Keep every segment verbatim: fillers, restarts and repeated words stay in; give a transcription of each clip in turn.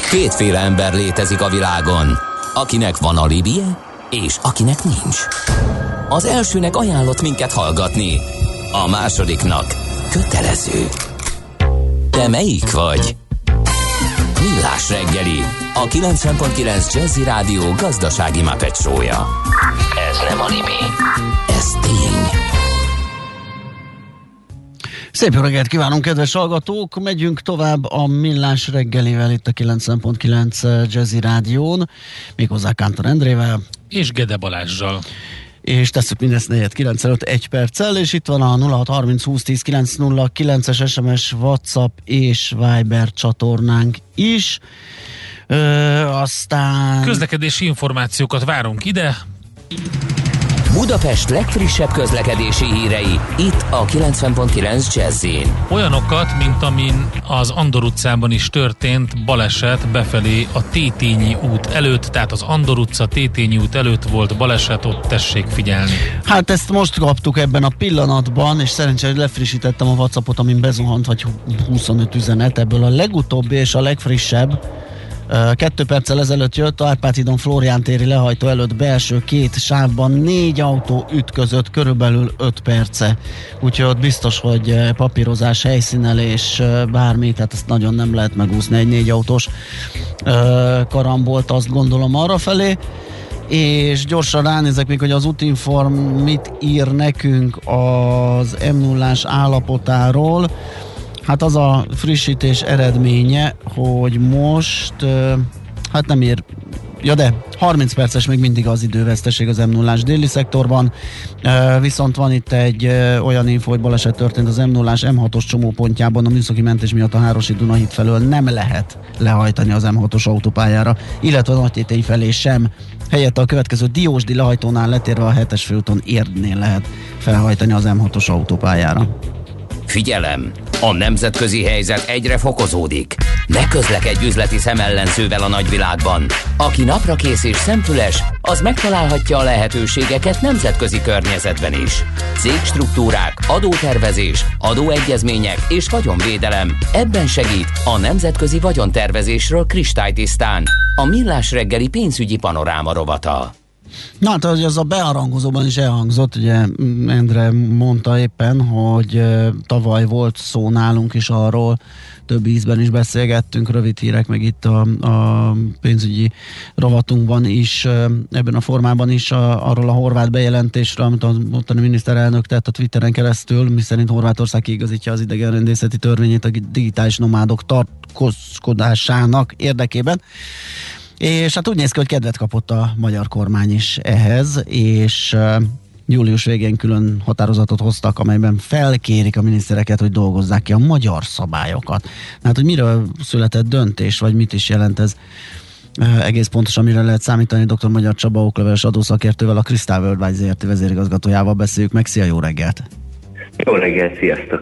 Kétféle ember létezik a világon, akinek van alibije, és akinek nincs. Az elsőnek ajánlott minket hallgatni, a másodiknak kötelező. Te melyik vagy? Millás reggeli, a kilencven pont kilenc Jazzy Rádió gazdasági Muppet show-ja. Ez nem anime, ez tény. Szép jó reggelt kívánunk, kedves hallgatók! Megyünk tovább a Millás reggelivel itt a kilencven pont kilenc Jazzy Rádión, méghozzá Kántor Endrével és Gede Balázssal. És tesszük mindezt negyven kilencvenöt egy perccel, és itt van a nulla hat harminc húsz tíz kilenc nulla kilences es em es, WhatsApp és Viber csatornánk is. Ö, aztán... Közlekedési információkat várunk ide. Budapest legfrissebb közlekedési hírei, itt a kilencven pont kilenc Jazzyn. Olyanokat, mint amin az Andor utcában is történt baleset befelé a Tétényi út előtt, tehát az Andor utca Tétényi út előtt volt baleset, ott tessék figyelni. Hát ezt most kaptuk ebben a pillanatban, és szerencsére lefrissítettem a WhatsAppot, amin bezuhant vagy huszonöt üzenet, ebből a legutóbbi és a legfrissebb. Kettő perccel ezelőtt jött, Árpád hídon Flórián téri lehajtó előtt belső két sávban négy autó ütközött körülbelül öt perce. Úgyhogy ott biztos, hogy papírozás, helyszínelés, bármi, tehát ezt nagyon nem lehet megúszni egy négy autós karambolt, azt gondolom arrafelé. És gyorsan ránézek még, hogy az Útinform mit ír nekünk az em nullás állapotáról. Hát az a frissítés eredménye, hogy most, hát nem ér, ja de, harminc perces még mindig az időveszteség az em nullás déli szektorban, viszont van itt egy olyan info, hogy baleset történt az em nullás em hatos csomópontjában, a műszaki mentés miatt a Hárosi Dunahíd felől nem lehet lehajtani az em hatos autópályára, illetve a Nagytétei felé sem. Helyette a következő Diósdi lehajtónál letérve a hetes főúton Érdnél lehet felhajtani az em hatos autópályára. Figyelem! A nemzetközi helyzet egyre fokozódik. Ne közlekedj üzleti szemellenzővel a nagyvilágban. Aki naprakész és szemfüles, az megtalálhatja a lehetőségeket nemzetközi környezetben is. Cégstruktúrák, adótervezés, adóegyezmények és vagyonvédelem. Ebben segít a nemzetközi vagyontervezésről kristálytisztán a Millás reggeli pénzügyi panoráma rovata. Na hát, hogy az a beharangozóban is elhangzott, ugye Endre mondta éppen, hogy tavaly volt szó nálunk is arról, több ízben is beszélgettünk, rövid hírek, meg itt a, a pénzügyi rovatunkban is, ebben a formában is a, arról a horvát bejelentésről, amit a ottani miniszterelnök tett a Twitteren keresztül, miszerint Horvátország kiigazítja az idegenrendészeti törvényét a digitális nomádok tartózkodásának érdekében. És hát úgy néz ki, hogy kedvet kapott a magyar kormány is ehhez, és uh, július végén külön határozatot hoztak, amelyben felkérik a minisztereket, hogy dolgozzák ki a magyar szabályokat. Hát, hogy miről született döntés, vagy mit is jelent ez uh, egész pontosan, mire lehet számítani, dr. Magyar Csaba okleveles adószakértővel, a Crystal Worldwide zé er té vezérigazgatójával beszéljük meg. Szia, jó reggelt! Jó reggelt, sziasztok!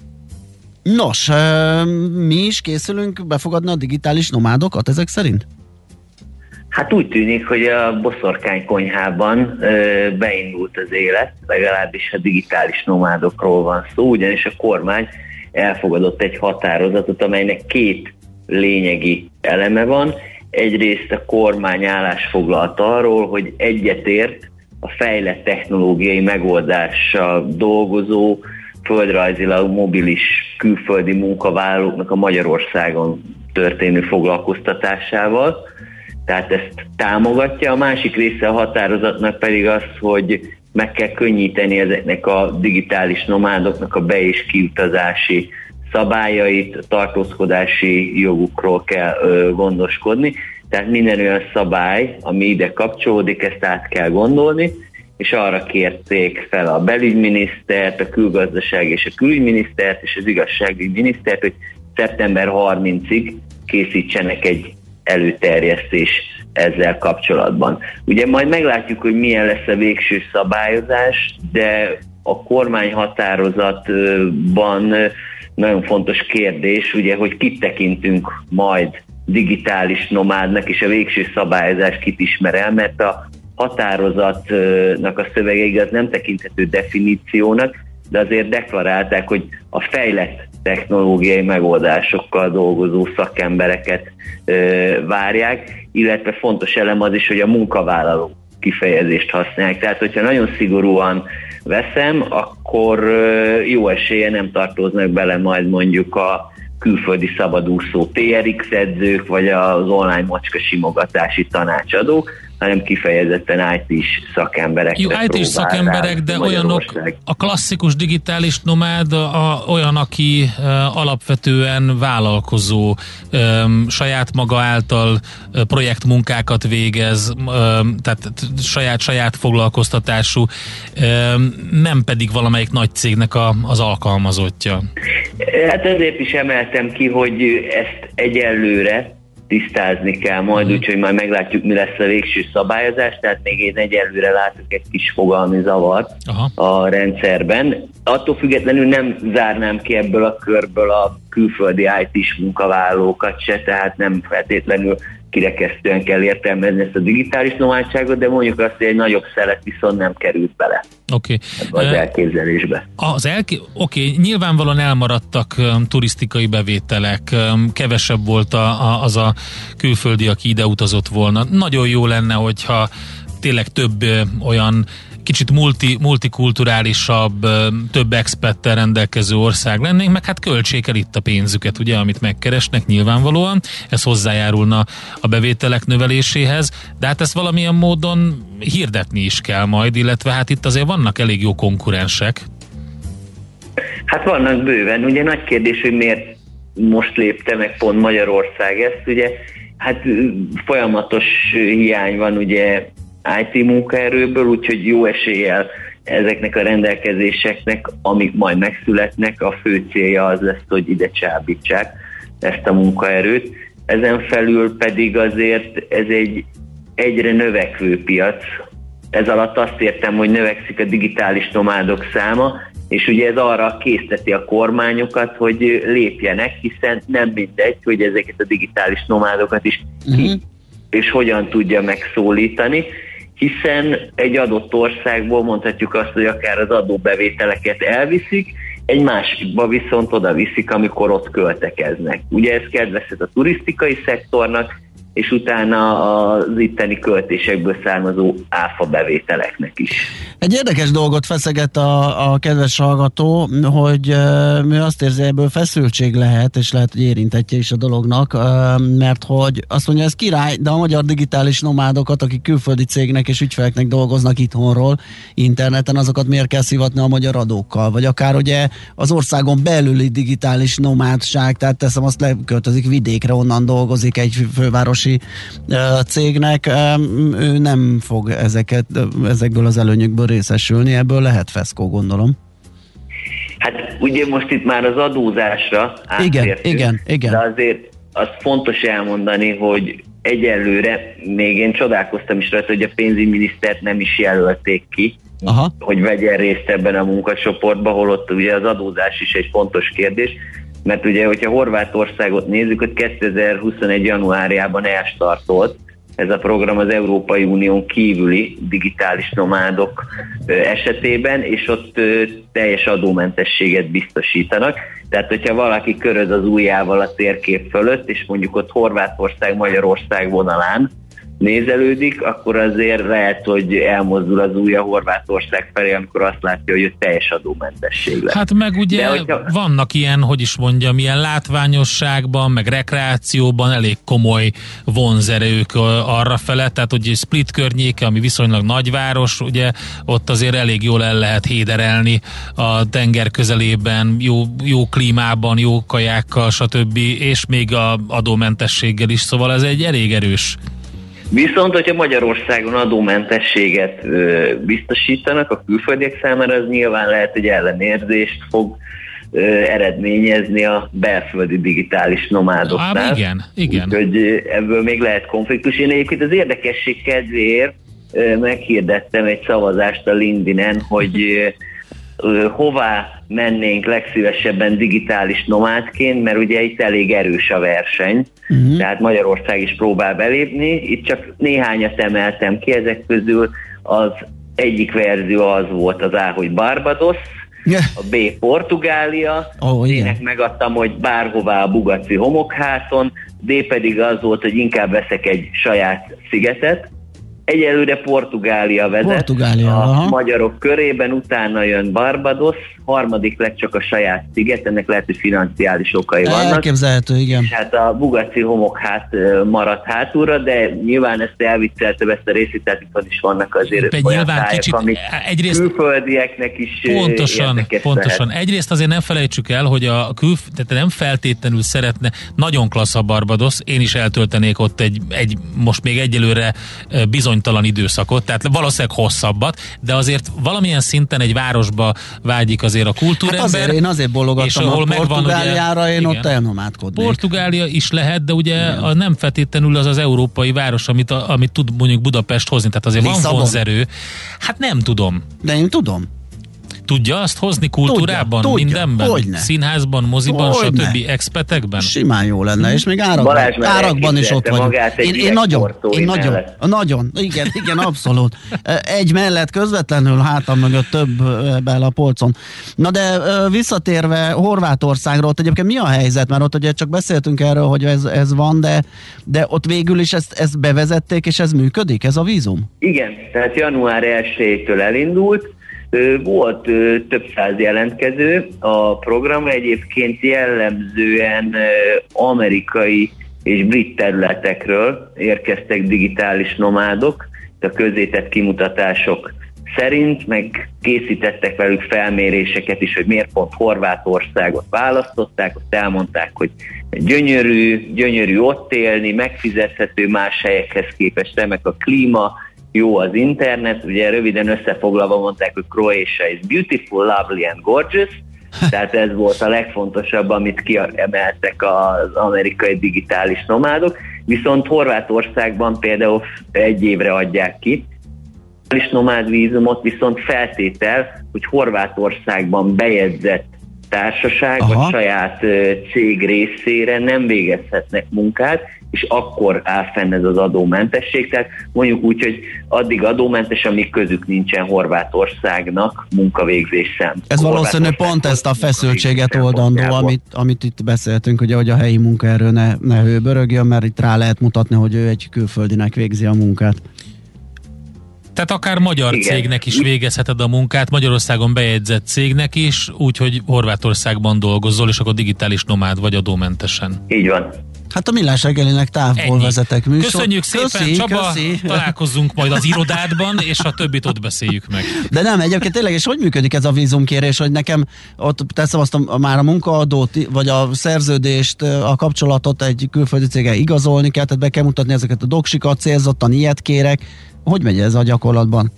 Nos, uh, mi is készülünk befogadni a digitális nomádokat ezek szerint? Hát úgy tűnik, hogy a boszorkány konyhában ö, beindult az élet, legalábbis a digitális nomádokról van szó, ugyanis a kormány elfogadott egy határozatot, amelynek két lényegi eleme van. Egyrészt a kormány állásfoglalt arról, hogy egyetért a fejlett technológiai megoldással dolgozó, földrajzilag mobilis külföldi munkavállalóknak a Magyarországon történő foglalkoztatásával. Tehát ezt támogatja. A másik része a határozatnak pedig az, hogy meg kell könnyíteni ezeknek a digitális nomádoknak a be- és kiutazási szabályait, a tartózkodási jogukról kell ö, gondoskodni. Tehát minden olyan szabály, ami ide kapcsolódik, ezt át kell gondolni, és arra kérték fel a belügyminisztert, a külgazdaság és a külügyminisztert és az igazságügyminisztert, hogy szeptember harmincadikáig készítsenek egy előterjesztés ezzel kapcsolatban. Ugye majd meglátjuk, hogy milyen lesz a végső szabályozás, de a kormányhatározatban nagyon fontos kérdés, ugye, hogy kit tekintünk majd digitális nomádnak, és a végső szabályozás kit ismer el, mert a határozatnak a szövege igaz nem tekinthető definíciónak, de azért deklarálták, hogy a fejlett technológiai megoldásokkal dolgozó szakembereket ö, várják, illetve fontos elem az is, hogy a munkavállaló kifejezést használják. Tehát, hogyha nagyon szigorúan veszem, akkor ö, jó esélye nem tartoznak bele majd mondjuk a külföldi szabadúszó té er iksz edzők, vagy az online macska simogatási tanácsadók, hanem kifejezetten í té-s szakemberek. Jó, í té-s szakemberek, de olyanok, a klasszikus digitális nomád, a, olyan, aki e, alapvetően vállalkozó, e, saját maga által e, projektmunkákat végez, e, tehát saját, saját foglalkoztatású, e, nem pedig valamelyik nagy cégnek a, az alkalmazottja. Hát ezért is emeltem ki, hogy ezt egyelőre tisztázni kell majd, mm. úgyhogy majd meglátjuk, mi lesz a végső szabályozás, tehát még én egyelőre látok egy kis fogalmi zavart Aha. a rendszerben. Attól függetlenül nem zárnám ki ebből a körből a külföldi í té-s munkavállalókat se, tehát nem feltétlenül kirekesztően kell értelmezni ezt a digitális nomádságot, de mondjuk azt, hogy egy nagyobb szelet viszont nem került bele okay. az uh, elképzelésbe. Az elké- Oké, okay, nyilvánvalóan elmaradtak um, turisztikai bevételek, um, kevesebb volt a, a, az a külföldi, aki ide utazott volna. Nagyon jó lenne, hogyha tényleg több ö, olyan kicsit multi, multikulturálisabb, több expattel rendelkező ország lennénk, meg hát költsék el itt a pénzüket, ugye, amit megkeresnek nyilvánvalóan, ez hozzájárulna a bevételek növeléséhez, de hát ezt valamilyen módon hirdetni is kell majd, illetve hát itt azért vannak elég jó konkurensek. Hát vannak bőven, ugye nagy kérdés, hogy miért most lépte meg pont Magyarország ezt, ugye, hát folyamatos hiány van, ugye, í té munkaerőből, úgyhogy jó eséllyel ezeknek a rendelkezéseknek, amik majd megszületnek, a fő célja az lesz, hogy ide csábítsák ezt a munkaerőt. Ezen felül pedig azért ez egy egyre növekvő piac. Ez alatt azt értem, hogy növekszik a digitális nomádok száma, és ugye ez arra készteti a kormányokat, hogy lépjenek, hiszen nem mindegy, hogy ezeket a digitális nomádokat is ki uh-huh. és hogyan tudja megszólítani, hiszen egy adott országból mondhatjuk azt, hogy akár az adóbevételeket elviszik, egy másikba viszont oda viszik, amikor ott költekeznek. Ugye ez kedvezhet a turisztikai szektornak, és utána az itteni költésekből származó áfa bevételeknek is. Egy érdekes dolgot feszeget a, a kedves hallgató, hogy uh, mi azt érzi, ebből feszültség lehet, és lehet, hogy érintettje is a dolognak, uh, mert hogy azt mondja, ez király, de a magyar digitális nomádokat, akik külföldi cégnek és ügyfeleknek dolgoznak itthonról, interneten, azokat miért kell szivatni a magyar adókkal? Vagy akár ugye az országon belüli digitális nomádság, tehát teszem azt leköltözik vidékre, onnan dolgozik egy fővárosi cégnek, ő nem fog ezeket, ezekből az előnyökből részesülni, ebből lehet feszkó, gondolom. Hát ugye most itt már az adózásra átértünk, igen, igen, igen. de azért azt fontos elmondani, hogy egyelőre még én csodálkoztam is rajta, hogy a pénzügyminisztert nem is jelölték ki, Aha. hogy vegyen részt ebben a munkacsoportban, holott ugye az adózás is egy fontos kérdés, mert ugye, hogyha Horvátországot nézzük, hogy kétezer-huszonegy januárjában elstartolt ez a program az Európai Unión kívüli digitális nomádok esetében, és ott teljes adómentességet biztosítanak. Tehát, hogyha valaki köröz az ujjával a térkép fölött, és mondjuk ott Horvátország, Magyarország vonalán nézelődik, akkor azért lehet, hogy elmozdul az ujja Horvátország felé, amikor azt látja, hogy ő teljes adómentesség lesz. Hát meg ugye De, hogyha... vannak ilyen, hogy is mondjam, ilyen látványosságban, meg rekreációban elég komoly vonzerők arra fele, tehát hogy Split környéke, ami viszonylag nagyváros, ugye ott azért elég jól el lehet héderelni a tenger közelében, jó, jó klímában, jó kajákkal, stb. És még a adómentességgel is, szóval ez egy elég erős. Viszont, hogyha Magyarországon adómentességet ö, biztosítanak a külföldiek számára, az nyilván lehet, hogy ellenérzést fog ö, eredményezni a belföldi digitális nomádoknál. Ah, igen, igen. Úgyhogy ebből még lehet konfliktus. Én egyébként az érdekesség kedvéért ö, meghirdettem egy szavazást a LinkedIn-en, hogy ö, hová mennénk legszívesebben digitális nomádként, mert ugye itt elég erős a verseny, uh-huh. tehát Magyarország is próbál belépni. Itt csak néhányat emeltem ki, ezek közül az egyik verzió az volt az A, hogy Barbados, a B. Portugália, oh, D-nek megadtam, hogy bárhová a Bugaci homokháton, D pedig az volt, hogy inkább veszek egy saját szigetet. Egyelőre Portugália vezet Portugália, a aha. magyarok körében, utána jön Barbados, harmadik lett csak a saját sziget, ennek lehet, hogy financiális okai vannak. Elképzelhető, igen. És hát a Bugaci homokhát maradt hátulra, de nyilván ezt elvicceltem, ezt a részét, tehát itt is vannak azért Be, olyan tájak, kicsit, amik egyrészt, külföldieknek is pontosan, pontosan. lehet. Egyrészt azért nem felejtsük el, hogy a külf, tehát nem feltétlenül szeretne, nagyon klassz a Barbados, én is eltöltenék ott egy, egy most még egyelőre bizonytalan időszakot, tehát valószínűleg hosszabbat, de azért valamilyen szinten egy városba vágyik azért a kultúrember. Hát azért, én azért bologattam a Portugáliára, ugye, én igen, ott elnomádkodnék. Portugália is lehet, de ugye a nem feltétlenül az az európai város, amit, a, amit tud mondjuk Budapest hozni, tehát azért Lisszabon. Van vonzerő. Hát nem tudom. De én tudom. Tudja azt hozni kultúrában, tudja, mindenben? Hogyne. Színházban, moziban, Hogyne. stb. Expetekben? Simán jó lenne, és még árakban, árakban is ott vagyunk. Én, én nagyon, én nagyon, nagyon, igen, igen, abszolút. Egy mellett közvetlenül, hátam mögött több bele a polcon. Na de visszatérve Horvátországról, ott egyébként mi a helyzet? Mert ott ugye csak beszéltünk erről, hogy ez, ez van, de, de ott végül is ezt, ezt bevezették, és ez működik, ez a vízum? Igen, tehát január elsejétől elindult. Volt több száz jelentkező, a programra egyébként jellemzően amerikai és brit területekről érkeztek digitális nomádok, a közzétett kimutatások szerint, meg készítettek velük felméréseket is, hogy miért pont Horvátországot választották, ott elmondták, hogy gyönyörű, gyönyörű ott élni, megfizethető más helyekhez képest, remek a klíma, jó az internet, ugye röviden összefoglalva mondták, hogy Croatia is beautiful, lovely and gorgeous, tehát ez volt a legfontosabb, amit kiemeltek az amerikai digitális nomádok, viszont Horvátországban például egy évre adják ki, a digitális nomád vízumot viszont feltétel, hogy Horvátországban bejegyzett társaság Aha. vagy saját cég részére nem végezhetnek munkát, és akkor áll fenn ez az adómentesség, tehát mondjuk úgy, hogy addig adómentes, amíg közük nincsen Horvátországnak munkavégzés sem. Ez valószínűleg pont ezt a feszültséget oldandó, amit, amit itt beszéltünk, ugye, hogy a helyi munkaerő ne, ne hőbörögjön, mert itt rá lehet mutatni, hogy ő egy külföldinek végzi a munkát. Tehát akár magyar Igen. cégnek is végezheted a munkát, Magyarországon bejegyzett cégnek is, úgyhogy Horvátországban dolgozol, és akkor digitális nomád vagy adómentesen. Így van. Hát a Millás reggelinek távol Ennyi. Vezetek műsor. Köszönjük szépen, köszi, Csaba, köszi. Találkozzunk majd az irodádban, és a többit ott beszéljük meg. De nem, egyébként tényleg, és hogy működik ez a vízumkérés, hogy nekem ott teszem azt a, már a munkaadót, vagy a szerződést, a kapcsolatot egy külföldi céggel igazolni kell, tehát be kell mutatni ezeket a doksikat, célzottan ilyet kérek. Hogy megy ez a gyakorlatban?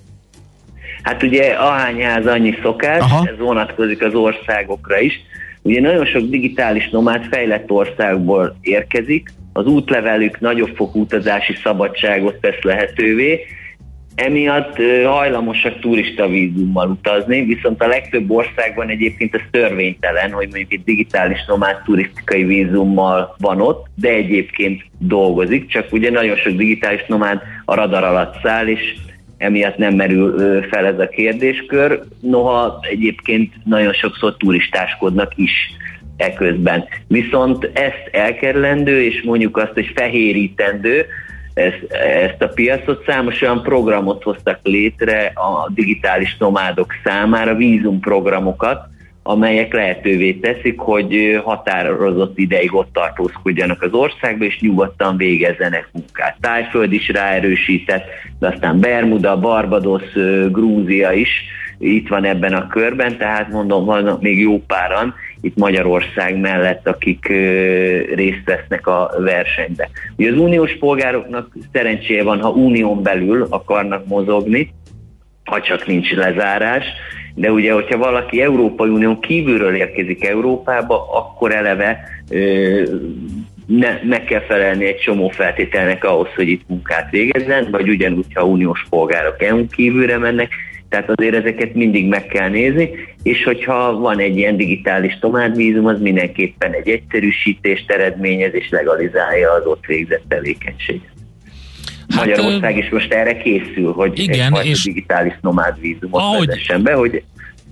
Hát ugye ahány ház annyi szokás, Aha. ez vonatkozik az országokra is. Ugye nagyon sok digitális nomád fejlett országból érkezik, az útlevelük nagyobb fokú utazási szabadságot tesz lehetővé, emiatt hajlamosak turista vízummal utazni, viszont a legtöbb országban egyébként ez törvénytelen, hogy mondjuk egy digitális nomád turisztikai vízummal van ott, de egyébként dolgozik, csak ugye nagyon sok digitális nomád a radar alatt száll, és emiatt nem merül fel ez a kérdéskör, noha egyébként nagyon sokszor turistáskodnak is eközben. Viszont ezt elkerülendő, és mondjuk azt, hogy fehérítendő, ezt, ezt a piacot, számos olyan programot hoztak létre a digitális nomádok számára, vízumprogramokat, amelyek lehetővé teszik, hogy határozott ideig ott tartózkodjanak az országba, és nyugodtan végezzenek munkát. Tájföld is ráerősített, de aztán Bermuda, Barbados, Grúzia is itt van ebben a körben, tehát mondom, vannak még jó páran itt Magyarország mellett, akik részt vesznek a versenybe. Ugye az uniós polgároknak szerencséje van, ha unión belül akarnak mozogni, ha csak nincs lezárás, de ugye, hogyha valaki Európai Unión kívülről érkezik Európába, akkor eleve ö, ne, meg kell felelni egy csomó feltételnek ahhoz, hogy itt munkát végezzen, vagy ugyanúgy, ha uniós polgárok é u-n kívülre mennek, tehát azért ezeket mindig meg kell nézni, és hogyha van egy ilyen digitális nomádvízum, az mindenképpen egy egyszerűsítést eredményez, és legalizálja az ott végzett tevékenységet. Hát, Magyarország is most erre készül, hogy igen, egyfajta és digitális nomádvízumot vezessen be, hogy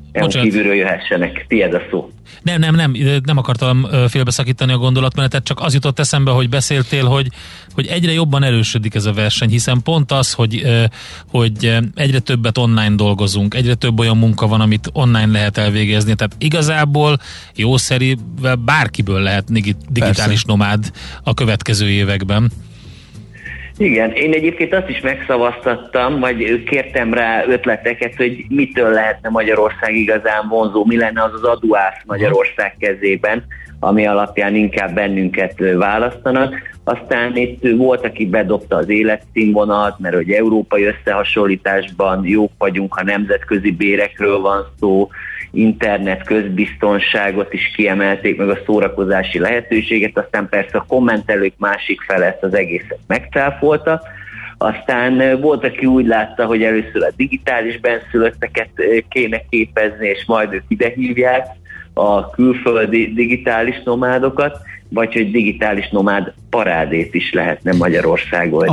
é u kívülről jöhessenek. Tied a szó. Nem, nem, nem, nem akartam félbeszakítani a gondolatmenetet, csak az jutott eszembe, hogy beszéltél, hogy, hogy egyre jobban erősödik ez a verseny, hiszen pont az, hogy, hogy egyre többet online dolgozunk, egyre több olyan munka van, amit online lehet elvégezni, tehát igazából jószerivel bárkiből lehet digitális Persze. nomád a következő években. Igen, én egyébként azt is megszavaztattam, vagy kértem rá ötleteket, hogy mitől lehetne Magyarország igazán vonzó, mi lenne az az adóász Magyarország kezében, ami alapján inkább bennünket választanak. Aztán itt volt, aki bedobta az életszínvonalat, mert hogy európai összehasonlításban jók vagyunk, ha nemzetközi bérekről van szó, internet közbiztonságot is kiemelték, meg a szórakozási lehetőséget, aztán persze a kommentelők másik fele ezt az egészet megcáfolta. Aztán volt, aki úgy látta, hogy először a digitális benszülötteket kéne képezni, és majd ők ide hívják a külföldi digitális nomádokat, vagy hogy digitális nomád parádét is lehetne Magyarországon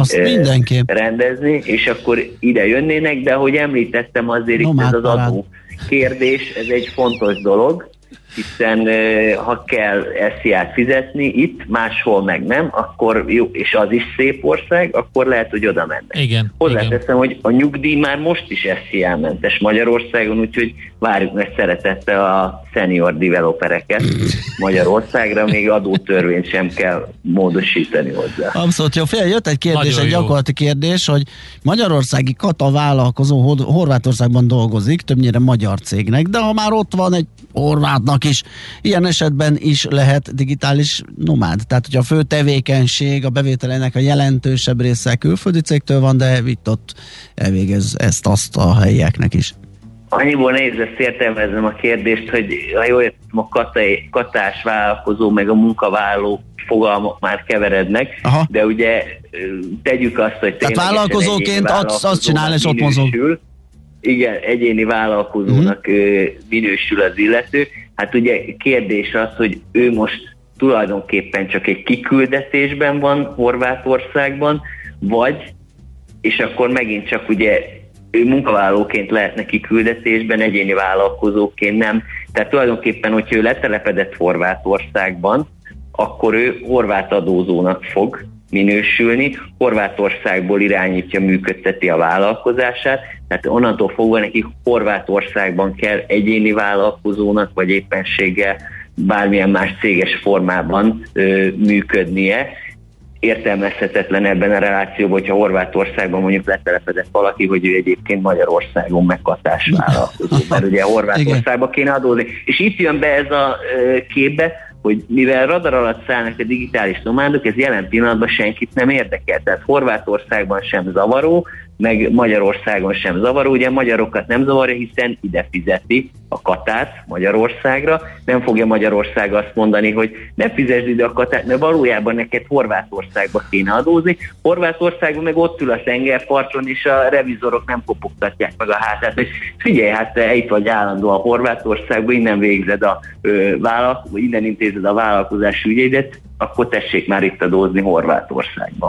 rendezni, és akkor ide jönnének, de ahogy említettem, azért itt ez az adó kérdés, ez egy fontos dolog, hiszen ha kell es zé á-t fizetni itt, máshol meg nem, akkor jó, és az is szép ország, akkor lehet, hogy oda mennek. Igen. Hozzáteszem, hogy a nyugdíj már most is es zé á-mentes Magyarországon, úgyhogy várjuk meg szeretettel a senior developereket Magyarországra, még adótörvényt sem kell módosítani hozzá. Abszolút jó. Fél, jött egy kérdés, Nagyon egy jó. gyakorlati kérdés, hogy magyarországi kata vállalkozó Horvátországban dolgozik, többnyire magyar cégnek, de ha már ott van egy horvátnak is, ilyen esetben is lehet digitális nomád. Tehát, hogy a fő tevékenység, a bevételének a jelentősebb része külföldi cégtől van, de itt ott elvégez ezt-azt a helyieknek is. Annyiból nehéz ezt értelmeznem a kérdést, hogy ha jól értem, a katai, katás vállalkozó meg a munkavállaló fogalmak már keverednek, Aha. de ugye tegyük azt, hogy tehát vállalkozóként azt, azt csinál, és ott mozog. Igen, egyéni vállalkozónak uh-huh. minősül az illető. Hát ugye kérdés az, hogy ő most tulajdonképpen csak egy kiküldetésben van Horvátországban, vagy, és akkor megint csak ugye ő munkavállalóként lehetne kiküldetésben, egyéni vállalkozóként nem. Tehát tulajdonképpen, hogyha ő letelepedett Horvátországban, akkor ő horvát adózónak fog minősülni, Horvátországból irányítja, működteti a vállalkozását, tehát onnantól fogva neki Horvátországban kell egyéni vállalkozónak, vagy éppenséggel bármilyen más céges formában ö, működnie. Értelmezhetetlen ebben a relációban, hogyha Horvátországban mondjuk letelepedett valaki, hogy ő egyébként Magyarországon megkatás vállalkozó, mert ugye Horvátországban kéne adózni. És itt jön be ez a ö, képbe, hogy mivel radar alatt szállnak a digitális nomádok, ez jelen pillanatban senkit nem érdekel. Tehát Horvátországban sem zavaró, meg Magyarországon sem zavaró. Ugye magyarokat nem zavarja, hiszen ide fizeti a katát Magyarországra. Nem fogja Magyarország azt mondani, hogy ne fizesd ide a katát, mert valójában neked Horvátországba kéne adózni. Horvátországban meg ott ül a tengerparton, és a revizorok nem kopogtatják meg a hátát, hogy figyelj, hát te itt vagy állandóan Horvátországban, innen végzed a ö, vállalk, vagy innen intézed a vállalkozási ügyeidet, akkor tessék már itt adózni Horvátországban.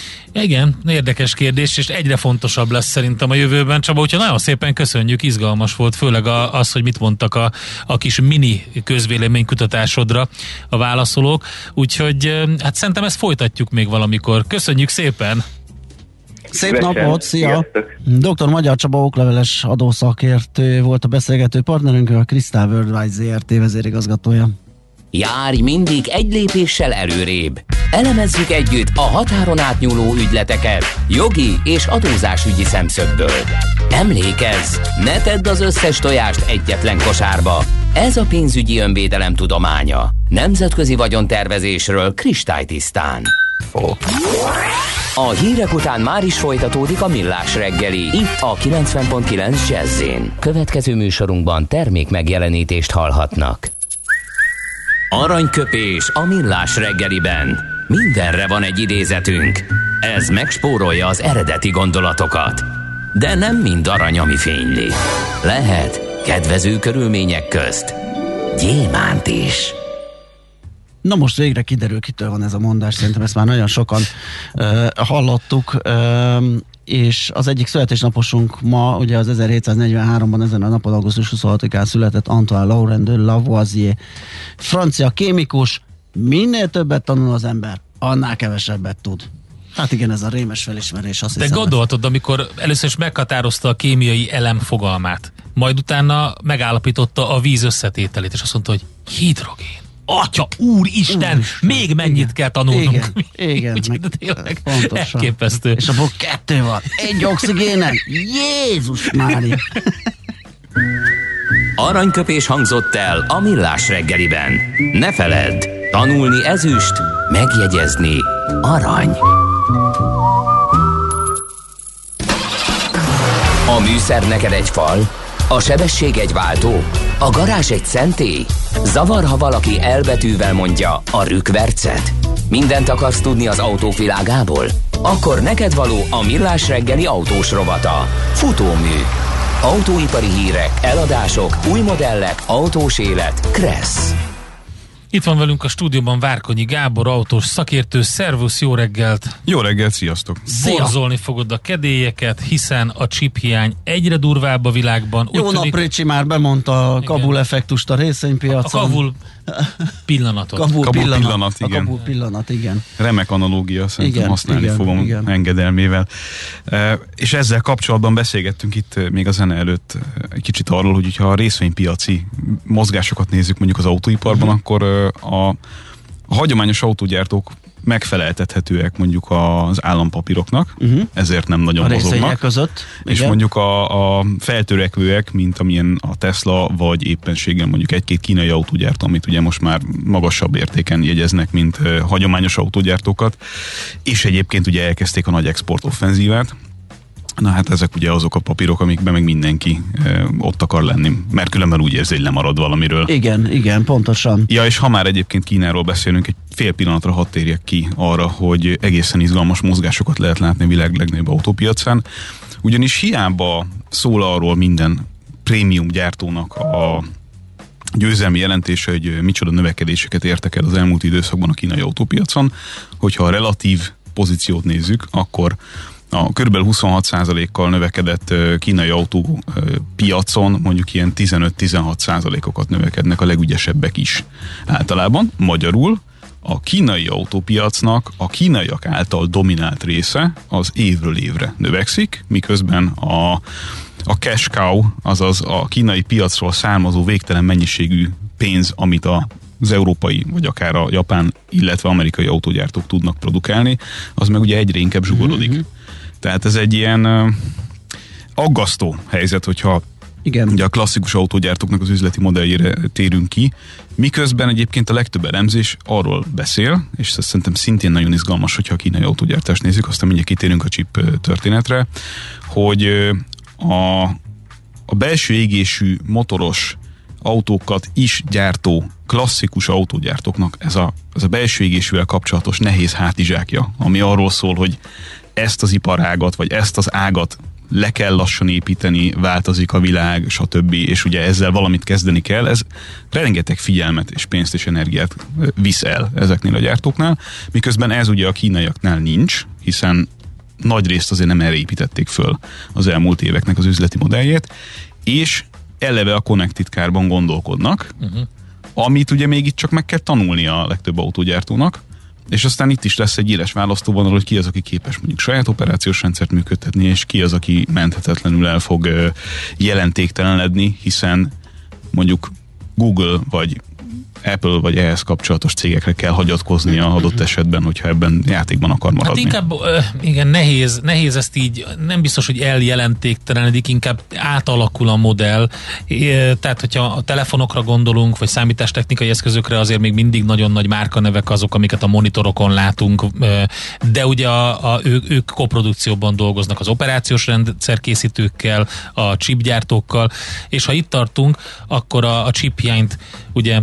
Igen, érdekes kérdés, és egyre fontosabb lesz szerintem a jövőben. Csaba, úgyhogy nagyon szépen köszönjük, izgalmas volt, főleg az, hogy mit mondtak a, a kis mini közvéleménykutatásodra a válaszolók. Úgyhogy hát szerintem ezt folytatjuk még valamikor. Köszönjük szépen! Szép Szépen. napot, szia! doktor Magyar Csaba okleveles adószakértő volt a beszélgető partnerünk, a Crystal Worldwide zé er té vezérigazgatója. Járj mindig egy lépéssel előrébb. Elemezzük együtt a határon átnyúló ügyleteket jogi és adózásügyi szemszögből. Emlékezz, ne tedd az összes tojást egyetlen kosárba. Ez a pénzügyi önvédelem tudománya. Nemzetközi vagyontervezésről kristálytisztán. A hírek után már is folytatódik a Millás reggeli, itt a kilencven pont kilenc Jazz-én. Következő műsorunkban termék megjelenítést hallhatnak. Aranyköpés a Millás reggeliben. Mindenre van egy idézetünk. Ez megspórolja az eredeti gondolatokat. De nem mind arany, ami fényli. Lehet kedvező körülmények közt gyémánt is. Na most végre kiderül, kitől van ez a mondás, szerintem ezt már nagyon sokan uh, hallottuk, uh, és az egyik születésnaposunk ma, ugye az ezerhétszáznegyvenháromban ezen a napon, augusztus huszonhatodikán született Antoine Laurent de Lavoisier, francia kémikus. Minél többet tanul az ember, annál kevesebbet tud. Hát igen, ez a rémes felismerés. Azt De hiszem, gondoltad, amikor először is meghatározta a kémiai elem fogalmát, majd utána megállapította a víz összetételét, és azt mondta, hogy hidrogén. Atya, úristen, úristen, még mennyit igen. kell tanulnunk. Igen, igen. Úgy, de tényleg elképesztő. És abból kettő van. Egy oxigénen. Jézus Mária. Aranyköpés hangzott el a Millás reggeliben. Ne feledd, tanulni ezüst, megjegyezni arany. A műszer neked egy fal, a sebesség egy váltó, a garázs egy szentély. Zavar, ha valaki elbetűvel mondja a rükvercet. Mindent akarsz tudni az autók világából? Akkor neked való a Millás reggeli autós rovata. Futómű. Autóipari hírek, eladások, új modellek, autós élet. Kressz. Itt van velünk a stúdióban Várkonyi Gábor, autós szakértő. Szervusz, jó reggelt! Jó reggelt, sziasztok! Borzolni fogod a kedélyeket, hiszen a chip hiány egyre durvább a világban. Jó nap, Ricsi már bemondta a Kabul effektust a részvénypiacon. A Kabul pillanatot. Kabul, Kabul pillanat, pillanat, igen. A Kabul pillanat, igen. Remek analógia, szerintem igen, használni igen, fogom igen. engedelmével. E, és ezzel kapcsolatban beszélgettünk itt még a zene előtt egy kicsit arról, hogy ha a részvénypiaci mozgásokat nézzük mondjuk az autóiparban, uh-huh. akkor a, a hagyományos autógyártók megfeleltethetőek mondjuk az állampapíroknak, uh-huh. ezért nem nagyon a mozognak. Között, és igen. mondjuk a, a feltörekvőek, mint amilyen a Tesla, vagy éppenséggel mondjuk egy-két kínai autógyártó, amit ugye most már magasabb értéken jegyeznek, mint uh, hagyományos autógyártókat, és egyébként ugye elkezdték a nagy exportoffenzívát. Na hát ezek ugye azok a papírok, amikben meg mindenki e, ott akar lenni, mert különben úgy érzi, hogy lemarad valamiről. Igen, igen, pontosan. Ja, és ha már egyébként Kínáról beszélünk, egy fél pillanatra hadd térjek ki arra, hogy egészen izgalmas mozgásokat lehet látni a világ legnagyobb autópiacán, ugyanis hiába szól arról minden prémium gyártónak a győzelmi jelentése, hogy micsoda növekedéseket értek el az elmúlt időszakban a kínai autópiacon, hogyha a relatív pozíciót nézzük, akkor a körülbelül huszonhat százalékkal növekedett kínai autópiacon mondjuk ilyen tizenöt-tizenhat százalékokat növekednek a legügyesebbek is általában. Magyarul a kínai autópiacnak a kínaiak által dominált része az évről évre növekszik, miközben a, a cash cow, azaz a kínai piacról származó végtelen mennyiségű pénz, amit a az európai, vagy akár a japán, illetve amerikai autógyártók tudnak produkálni, az meg ugye egyre inkább zsugorodik. Mm-hmm. Tehát ez egy ilyen uh, aggasztó helyzet, hogyha igen. ugye a klasszikus autógyártóknak az üzleti modelljére térünk ki, miközben egyébként a legtöbb elemzés arról beszél, és ez szerintem szintén nagyon izgalmas, hogyha a kínai autógyártást nézzük, aztán mindjárt kitérünk a chip történetre, hogy a, a belső égésű motoros autókat is gyártó klasszikus autógyártóknak ez a, ez a belső égésűvel kapcsolatos nehéz hátizsákja, ami arról szól, hogy ezt az iparágat, vagy ezt az ágat le kell lassan építeni, változik a világ, stb. És ugye ezzel valamit kezdeni kell, ez rengeteg figyelmet és pénzt és energiát visz el ezeknél a gyártóknál, miközben ez ugye a kínaiaknál nincs, hiszen nagy részt azért nem erre építették föl az elmúlt éveknek az üzleti modelljét, és eleve a Connected Car-ban gondolkodnak, uh-huh. amit ugye még itt csak meg kell tanulnia a legtöbb autógyártónak, és aztán itt is lesz egy éles választóvonal, hogy ki az, aki képes mondjuk saját operációs rendszert működtetni, és ki az, aki menthetetlenül el fog jelentéktelenedni, hiszen mondjuk Google vagy Apple vagy ehhez kapcsolatos cégekre kell hagyatkozni a adott esetben, hogyha ebben játékban akar maradni. Hát inkább, igen, nehéz, nehéz ezt így, nem biztos, hogy eljelentéktelenedik, inkább átalakul a modell. Tehát, hogyha a telefonokra gondolunk, vagy számítástechnikai eszközökre, azért még mindig nagyon nagy márkanevek azok, amiket a monitorokon látunk, de ugye a, a, ők, ők koprodukcióban dolgoznak az operációs rendszerkészítőkkel, a chipgyártókkal, és ha itt tartunk, akkor a, a chip hiányt ugye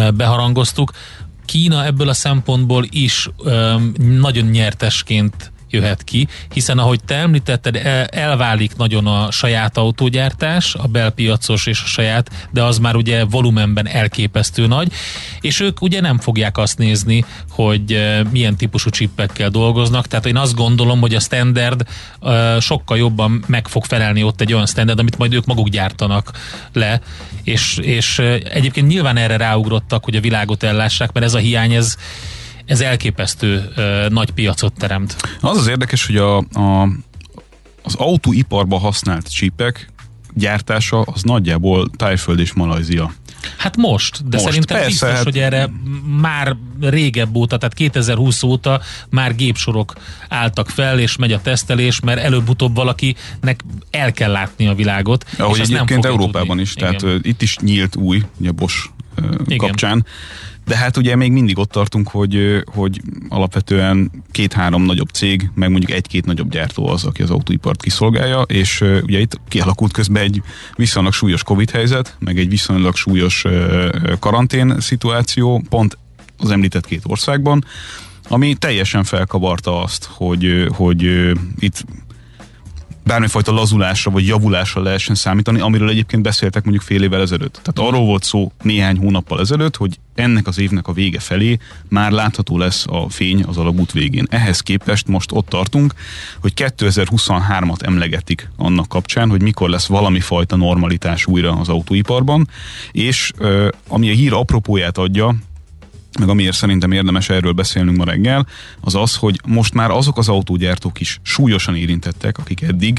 beharangoztuk. Kína ebből a szempontból is öm, nagyon nyertesként jöhet ki, hiszen ahogy te említetted, elválik nagyon a saját autógyártás, a belpiacos és a saját, de az már ugye volumenben elképesztő nagy, és ők ugye nem fogják azt nézni, hogy milyen típusú csippekkel dolgoznak, tehát én azt gondolom, hogy a standard sokkal jobban meg fog felelni ott egy olyan standard, amit majd ők maguk gyártanak le, és, és egyébként nyilván erre ráugrottak, hogy a világot ellássák, mert ez a hiány, ez, ez elképesztő uh, nagy piacot teremt. Az az érdekes, hogy a, a, az autóiparban használt csípek gyártása az nagyjából Tájföld és Malajzia. Hát most, de most, szerintem persze, biztos, hát... hogy erre már régebb óta, tehát kétezer-húsz óta már gépsorok álltak fel, és megy a tesztelés, mert előbb-utóbb valakinek el kell látni a világot. Ahogy és egyébként nem Európában tudni. is, tehát Igen. itt is nyílt új, ugye Bosch Igen. kapcsán. De hát ugye még mindig ott tartunk, hogy, hogy alapvetően két-három nagyobb cég, meg mondjuk egy-két nagyobb gyártó az, aki az autóipart kiszolgálja, és uh, ugye itt kialakult közben egy viszonylag súlyos Covid helyzet, meg egy viszonylag súlyos uh, karantén szituáció, pont az említett két országban, ami teljesen felkavarta azt, hogy, hogy uh, itt bármifajta lazulásra vagy javulásra lehessen számítani, amiről egyébként beszéltek mondjuk fél évvel ezelőtt. Tehát arról volt szó néhány hónappal ezelőtt, hogy ennek az évnek a vége felé már látható lesz a fény az alagút végén. Ehhez képest most ott tartunk, hogy kétezer-huszonhármat emlegetik annak kapcsán, hogy mikor lesz valami fajta normalitás újra az autóiparban, és ami a hír apropóját adja, meg amiért szerintem érdemes erről beszélnünk ma reggel, az az, hogy most már azok az autógyártók is súlyosan érintettek, akik eddig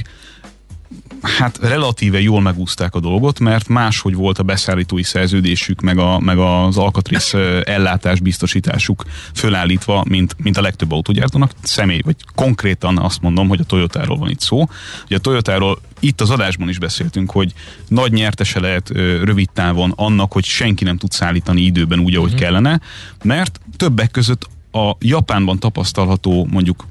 hát relatíve jól megúszták a dolgot, mert máshogy volt a beszállítói szerződésük, meg, a, meg az alkatrész ellátás biztosításuk fölállítva, mint, mint a legtöbb autógyártónak. Személy, vagy konkrétan azt mondom, hogy a Toyotáról van itt szó. Ugye a Toyotáról itt az adásban is beszéltünk, hogy nagy nyertese lehet rövid távon annak, hogy senki nem tud szállítani időben úgy, ahogy mm-hmm. kellene, mert többek között a Japánban tapasztalható mondjuk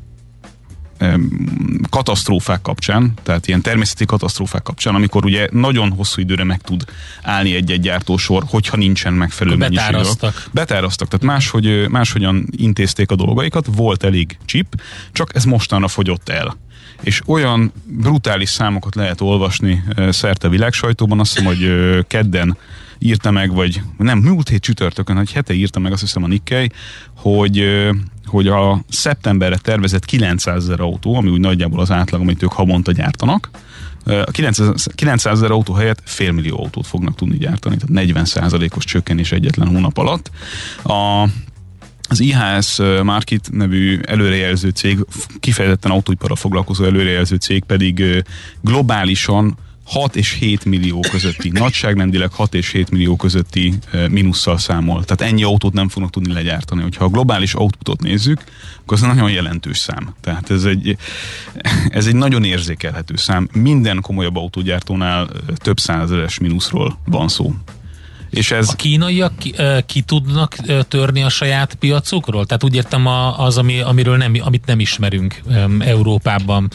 katasztrófák kapcsán, tehát ilyen természeti katasztrófák kapcsán, amikor ugye nagyon hosszú időre meg tud állni egy-egy gyártósor, hogyha nincsen megfelelő mennyiség. Betároztak. Betároztak, tehát máshogy, máshogyan intézték a dolgaikat, volt elég chip, csak ez mostanra fogyott el. És olyan brutális számokat lehet olvasni szerte világsajtóban, azt hiszem, hogy kedden írta meg, vagy nem, múlt hét csütörtökön, egy hete írta meg, azt hiszem a Nikkei, hogy, hogy a szeptemberre tervezett kilencszázezer autó, ami úgy nagyjából az átlag, amit ők havonta gyártanak, a kilencszázezer autó helyett félmillió autót fognak tudni gyártani, tehát negyven százalékos csökkenés egyetlen hónap alatt. A Az i há es Market nevű előrejelző cég, kifejezetten autóiparral foglalkozó előrejelző cég pedig globálisan hat és hét millió közötti, nagyságrendileg hat és hét millió közötti mínusszal számol. Tehát ennyi autót nem fognak tudni legyártani. Hogyha a globális outputot nézzük, akkor ez nagyon jelentős szám. Tehát ez egy, ez egy nagyon érzékelhető szám. Minden komolyabb autógyártónál több százezeres mínuszról van szó. És ez... A kínaiak ki, ki tudnak törni a saját piacukról? Tehát úgy értem az, ami, amiről nem, amit nem ismerünk Európában,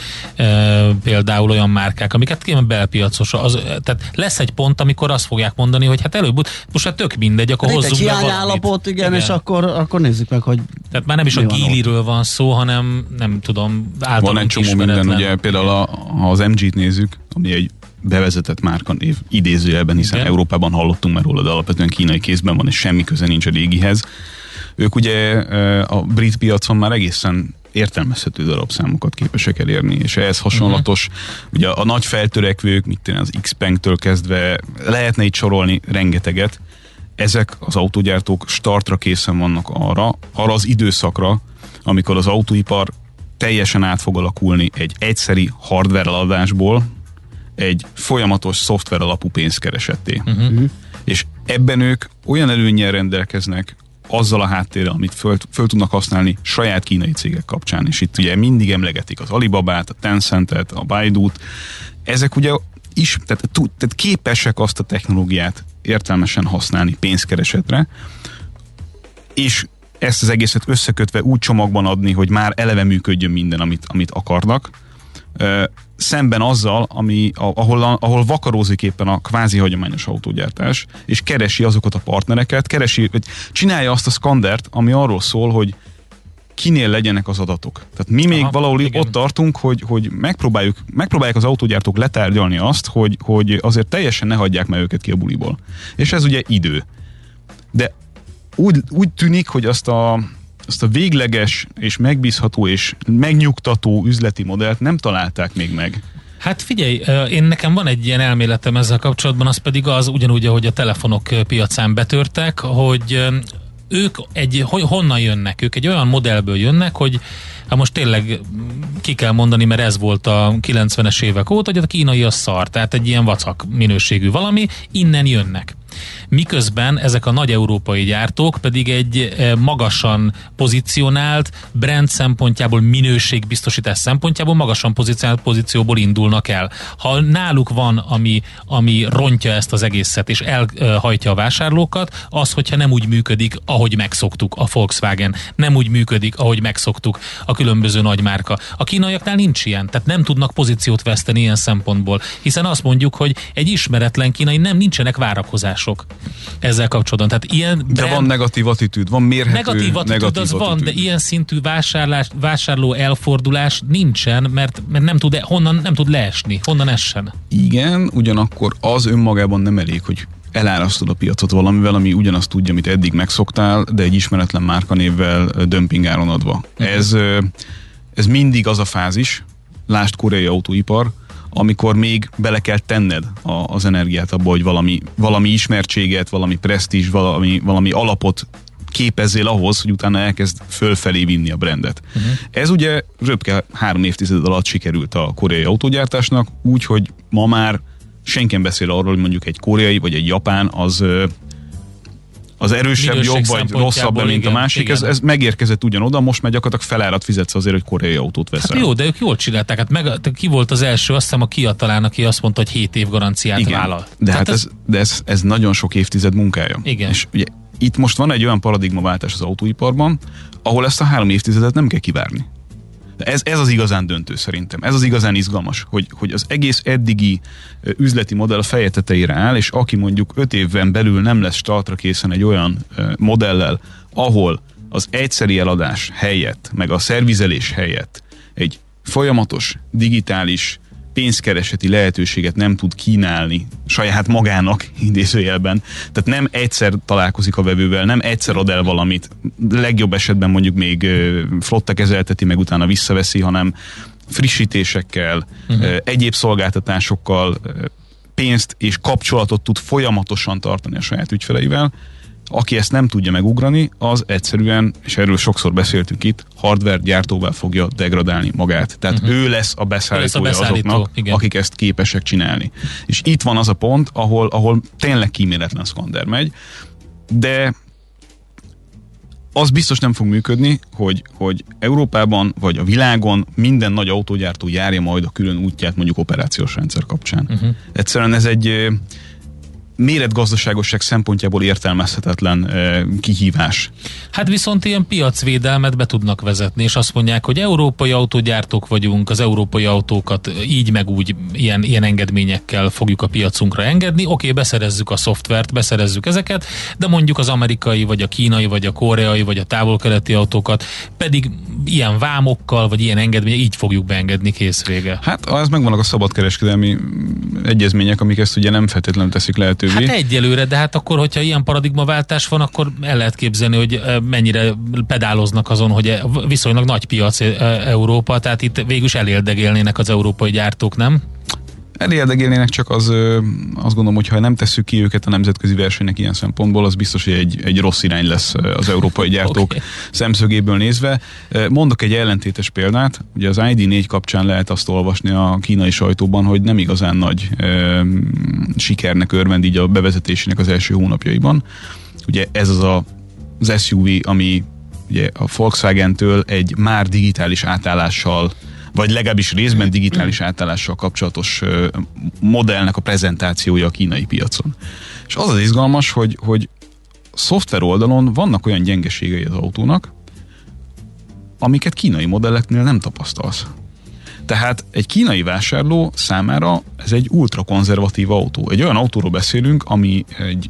például olyan márkák, amiket kéne belpiacos. Az, tehát lesz egy pont, amikor azt fogják mondani, hogy hát előbb, most hát tök mindegy, akkor hozzunk be valamit. Hiányállapot, igen, igen, és akkor, akkor nézzük meg, hogy tehát már nem is a Geelyről van szó, hanem nem tudom, általában van egy csomó minden, ugye például a, ha az em gét nézzük, ami egy bevezetett márkanév idézőjelben, hiszen igen. Európában hallottunk már róla, de alapvetően kínai kézben van, és semmi köze nincs a régihez. Ők ugye a brit piacon már egészen értelmezhető darabszámokat képesek elérni, és ehhez hasonlatos, uh-huh. ugye a nagy feltörekvők, mit tenni, az Xpeng-től kezdve, lehetne itt sorolni rengeteget, ezek az autógyártók startra készen vannak arra, arra az időszakra, amikor az autóipar teljesen át fog alakulni egy egyszeri hardware eladásból egy folyamatos szoftver alapú pénzkeresetté. Uh-huh. És ebben ők olyan előnnyel rendelkeznek azzal a háttérrel, amit föl, föl tudnak használni saját kínai cégek kapcsán. És itt ugye mindig emlegetik az Alibabát, a Tencentet, a Baidút. Ezek ugye is, tehát, tehát képesek azt a technológiát értelmesen használni pénzkeresetre, és ezt az egészet összekötve úgy csomagban adni, hogy már eleve működjön minden, amit, amit akarnak, szemben azzal, ami, ahol, ahol vakarózik éppen a kvázi hagyományos autógyártás, és keresi azokat a partnereket, keresi, vagy csinálja azt a szkandert, ami arról szól, hogy kinél legyenek az adatok. Tehát mi még Aha, valahol igen. ott tartunk, hogy, hogy megpróbáljuk, megpróbálják az autógyártók letárgyalni azt, hogy, hogy azért teljesen ne hagyják meg őket ki a buliból. És ez ugye idő. De úgy, úgy tűnik, hogy azt a, azt a végleges és megbízható és megnyugtató üzleti modellt nem találták még meg. Hát figyelj, én nekem van egy ilyen elméletem ezzel kapcsolatban, az pedig az, ugyanúgy, ahogy a telefonok piacán betörtek, hogy ők egy, honnan jönnek? Ők egy olyan modellből jönnek, hogy hát most tényleg ki kell mondani, mert ez volt a kilencvenes évek óta, hogy a kínai a szar, tehát egy ilyen vacak minőségű valami, innen jönnek. Miközben ezek a nagy európai gyártók pedig egy magasan pozícionált, brand szempontjából, minőségbiztosítás szempontjából magasan pozícionált pozícióból indulnak el. Ha náluk van, ami, ami rontja ezt az egészet, és elhajtja a vásárlókat, az, hogyha nem úgy működik, ahogy megszoktuk a Volkswagen, nem úgy működik, ahogy megszoktuk a különböző nagymárka. A kínaiaknál nincs ilyen, tehát nem tudnak pozíciót veszteni ilyen szempontból, hiszen azt mondjuk, hogy egy ismeretlen kínai nem nincsenek várakozások ezzel kapcsolatban. Tehát ilyen brand, de van negatív attitűd, van mérhető negatív attitűd, negatív az attitűd. Van, de ilyen szintű vásárlás, vásárló elfordulás nincsen, mert, mert nem tud, honnan nem tud leesni, honnan essen. Igen, ugyanakkor az önmagában nem elég, hogy elárasztod a piacot valamivel, ami ugyanazt tudja, amit eddig megszoktál, de egy ismeretlen márkanévvel dömpingáron adva. Uh-huh. Ez, ez mindig az a fázis, lásd koreai autóipar, amikor még bele kell tenned a, az energiát abba, hogy valami, valami ismertséget, valami presztízs, valami, valami alapot képezzél ahhoz, hogy utána elkezd fölfelé vinni a brandet. Uh-huh. Ez ugye röpke három évtized alatt sikerült a koreai autógyártásnak, úgy, hogy ma már senki nem beszél arról, hogy mondjuk egy koreai vagy egy japán az, az erősebb, minőség jobb vagy rosszabb, mint igen, a másik. Ez, ez megérkezett ugyanoda, most már gyakorlatilag felárat fizetsz azért, hogy koreai autót veszel. Hát jó, de ők jól csinálták. Hát meg, ki volt az első, azt hiszem a Kia talán, aki azt mondta, hogy hét év garanciát igen, vállal. De hát ez, ez, de ez, ez nagyon sok évtized munkája. Igen. És ugye itt most van egy olyan paradigmaváltás az autóiparban, ahol ezt a három évtizedet nem kell kivárni. De ez, ez az igazán döntő szerintem. Ez az igazán izgalmas, hogy, hogy az egész eddigi üzleti modell a feje tetejére áll, és aki mondjuk öt évben belül nem lesz startra készen egy olyan modellel, ahol az egyszeri eladás helyett, meg a szervizelés helyett egy folyamatos, digitális pénzkereseti lehetőséget nem tud kínálni saját magának, idézőjelben. Tehát nem egyszer találkozik a vevővel, nem egyszer ad el valamit, legjobb esetben mondjuk még flotta kezelteti, meg utána visszaveszi, hanem frissítésekkel, uh-huh. egyéb szolgáltatásokkal pénzt és kapcsolatot tud folyamatosan tartani a saját ügyfeleivel. Aki ezt nem tudja megugrani, az egyszerűen, és erről sokszor beszéltünk itt, hardware gyártóvá fogja degradálni magát. Tehát uh-huh. ő lesz a beszállítója lesz a beszállító, azoknak, igen. akik ezt képesek csinálni. És itt van az a pont, ahol, ahol tényleg kíméletlen szkander megy, de az biztos nem fog működni, hogy, hogy Európában vagy a világon minden nagy autógyártó járja majd a külön útját mondjuk operációs rendszer kapcsán. Uh-huh. Egyszerűen ez egy méretgazdaságosság szempontjából értelmezhetetlen eh, kihívás. Hát viszont ilyen piacvédelmet be tudnak vezetni, és azt mondják, hogy európai autógyártók vagyunk, az európai autókat így meg úgy ilyen, ilyen engedményekkel fogjuk a piacunkra engedni. Oké, okay, beszerezzük a szoftvert, beszerezzük ezeket, de mondjuk az amerikai, vagy a kínai, vagy a koreai, vagy a távol-keleti autókat pedig ilyen vámokkal, vagy ilyen engedmények, így fogjuk beengedni, kész vége. Hát az megvannak a szabadkereskedelmi egyezmények, amik ezt ugye nem feltétlenül teszik lehetővé. Hát egyelőre, de hát akkor, hogyha ilyen paradigmaváltás van, akkor el lehet képzelni, hogy mennyire pedáloznak azon, hogy viszonylag nagy piac Európa, tehát itt végül is elérdegélnének az európai gyártók, nem? Elérdegélnének, csak az, azt gondolom, hogy ha nem tesszük ki őket a nemzetközi versenynek ilyen szempontból, az biztos, hogy egy, egy rossz irány lesz az európai gyártók okay. szemszögéből nézve. Mondok egy ellentétes példát, ugye az i dé négy kapcsán lehet azt olvasni a kínai sajtóban, hogy nem igazán nagy e, sikernek örvend így a bevezetésének az első hónapjaiban. Ugye ez az a, az es u vé, ami ugye a Volkswagen-től egy már digitális átállással vagy legalábbis részben digitális átállással kapcsolatos modellnek a prezentációja a kínai piacon. És az az izgalmas, hogy, hogy szoftver oldalon vannak olyan gyengeségei az autónak, amiket kínai modelleknél nem tapasztalsz. Tehát egy kínai vásárló számára ez egy ultrakonzervatív autó. Egy olyan autóról beszélünk, ami egy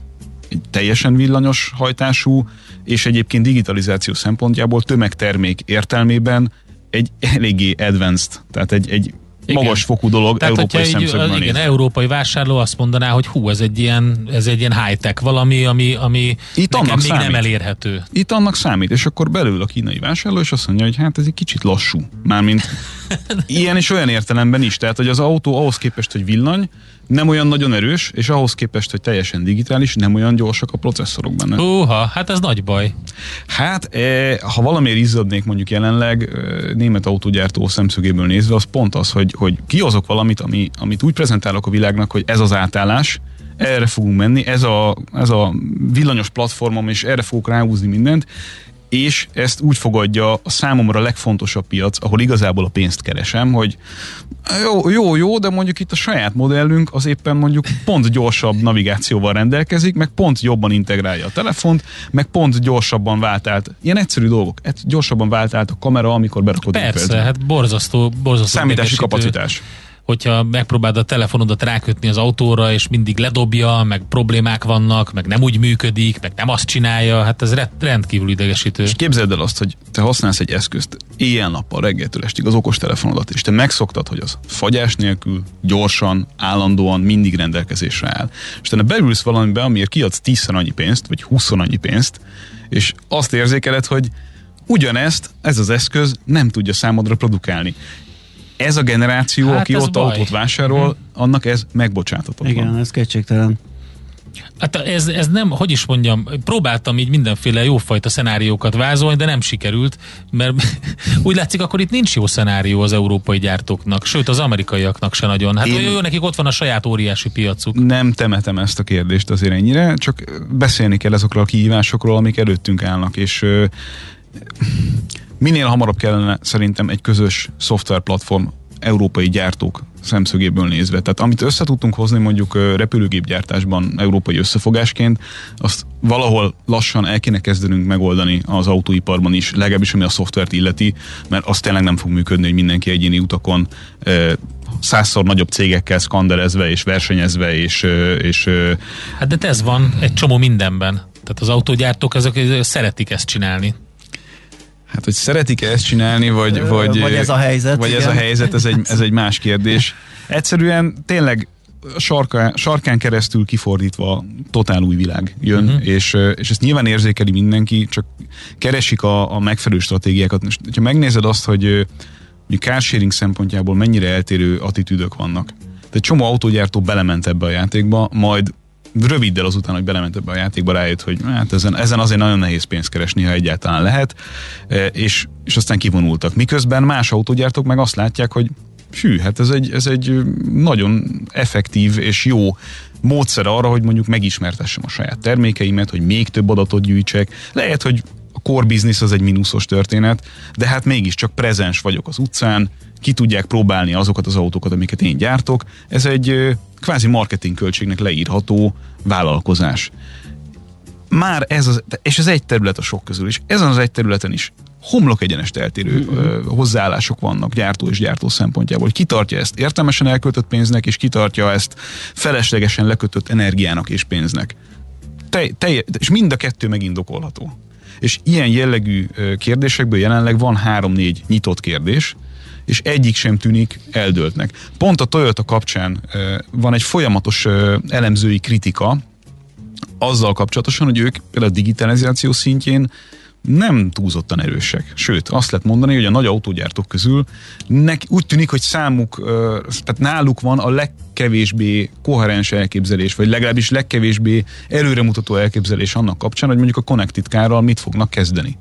egy teljesen villanyos hajtású, és egyébként digitalizáció szempontjából tömegtermék értelmében egy eléggé advanced, tehát egy, egy magas fokú dolog. Tehát, európai szemszögből nézve. Igen, európai vásárló azt mondaná, hogy hú, ez egy ilyen, ez egy ilyen high-tech valami, ami, ami itt nekem még számít. nem elérhető. Itt annak számít, és akkor belül a kínai vásárló, és azt mondja, hogy hát ez egy kicsit lassú. Mármint ilyen és olyan értelemben is. Tehát, hogy az autó ahhoz képest, hogy villany, nem olyan nagyon erős, és ahhoz képest, hogy teljesen digitális, nem olyan gyorsak a processzorok benne. Húha, hát ez nagy baj. Hát, e, ha valamiért izzadnék mondjuk jelenleg e, német autógyártó szemszögéből nézve, az pont az, hogy, hogy kihozok valamit, ami, amit úgy prezentálok a világnak, hogy ez az átállás, erre fogunk menni, ez a, ez a villanyos platformom, és erre fogok ráhúzni mindent, és ezt úgy fogadja a számomra legfontosabb piac, ahol igazából a pénzt keresem, hogy jó, jó, jó, de mondjuk itt a saját modellünk az éppen mondjuk pont gyorsabb navigációval rendelkezik, meg pont jobban integrálja a telefont, meg pont gyorsabban vált át. Ilyen egyszerű dolgok. Gyorsabban vált át a kamera, amikor berakod. Persze, hát borzasztó, borzasztó számítási kapacitás. Hogyha megpróbáld a telefonodat rákötni az autóra, és mindig ledobja, meg problémák vannak, meg nem úgy működik, meg nem azt csinálja, hát ez rendkívül idegesítő. És képzeld el azt, hogy te használsz egy eszközt éjjel-nappal, reggeltől estig az okostelefonodat, és te megszoktad, hogy az fagyás nélkül, gyorsan, állandóan mindig rendelkezésre áll. És te beülsz valamibe, amiért kiadsz tízszer annyi pénzt, vagy húszszor annyi pénzt, és azt érzékeled, hogy ugyanezt ez az eszköz nem tudja számodra produkálni. Ez a generáció, hát aki ott baj. Autót vásárol, uh-huh. annak ez megbocsátatott. Igen, ez kétségtelen. Hát ez, ez nem, hogy is mondjam, próbáltam így mindenféle jófajta szenáriókat vázolni, de nem sikerült, mert úgy látszik, akkor itt nincs jó szenárió az európai gyártóknak, sőt az amerikaiaknak se nagyon. Hát Én jó, nekik ott van a saját óriási piacuk. Nem temetem ezt a kérdést azért ennyire, csak beszélni kell azokról a kihívásokról, amik előttünk állnak, és minél hamarabb kellene szerintem egy közös szoftverplatform európai gyártók szemszögéből nézve. Tehát amit össze tudtunk hozni mondjuk repülőgépgyártásban európai összefogásként, azt valahol lassan el kéne kezdenünk megoldani az autóiparban is, legalábbis ami a szoftvert illeti, mert az tényleg nem fog működni, hogy mindenki egyéni utakon százszor nagyobb cégekkel szkanderezve és versenyezve és, és... Hát de ez van egy csomó mindenben. Tehát az autógyártók ezek szeretik ezt csinálni. Hát, hogy szeretik-e ezt csinálni, vagy, vagy, vagy ez a helyzet, vagy ez a helyzet, ez egy, ez egy más kérdés. Egyszerűen tényleg sarka, sarkán keresztül kifordítva totál új világ jön, uh-huh. és, és ezt nyilván érzékeli mindenki, csak keresik a, a megfelelő stratégiákat. És ha megnézed azt, hogy carsharing szempontjából mennyire eltérő attitűdök vannak. Tehát egy csomó autógyártó belement ebbe a játékba, majd röviddel azután, hogy belement ebbe a játékba, rájött, hogy hát ezen, ezen azért nagyon nehéz pénzt keresni, ha egyáltalán lehet, és, és aztán kivonultak. Miközben más autógyártók meg azt látják, hogy hű, hát ez egy, ez egy nagyon effektív és jó módszer arra, hogy mondjuk megismertessem a saját termékeimet, hogy még több adatot gyűjtsek. Lehet, hogy a core business az egy mínuszos történet, de hát mégiscsak prezens vagyok az utcán, ki tudják próbálni azokat az autókat, amiket én gyártok. Ez egy kvázi marketing költségnek leírható vállalkozás. Már ez az, és ez egy terület a sok közül is. Ezen az egy területen is homlok egyenest eltérő mm-hmm. hozzáállások vannak gyártó és gyártó szempontjából. Hogy kitartja ezt értelmesen elköltött pénznek, és kitartja ezt feleslegesen lekötött energiának és pénznek. Te, te, és mind a kettő megindokolható. És ilyen jellegű kérdésekből jelenleg van három-négy nyitott kérdés, és egyik sem tűnik eldöltnek. Pont a Toyota kapcsán van egy folyamatos elemzői kritika azzal kapcsolatosan, hogy ők például a digitalizáció szintjén nem túlzottan erősek. Sőt, azt lehet mondani, hogy a nagy autógyártók közül nek, úgy tűnik, hogy számuk, tehát náluk van a legkevésbé koherens elképzelés, vagy legalábbis legkevésbé előremutató elképzelés annak kapcsán, hogy mondjuk a Connected Car-ral mit fognak kezdeni.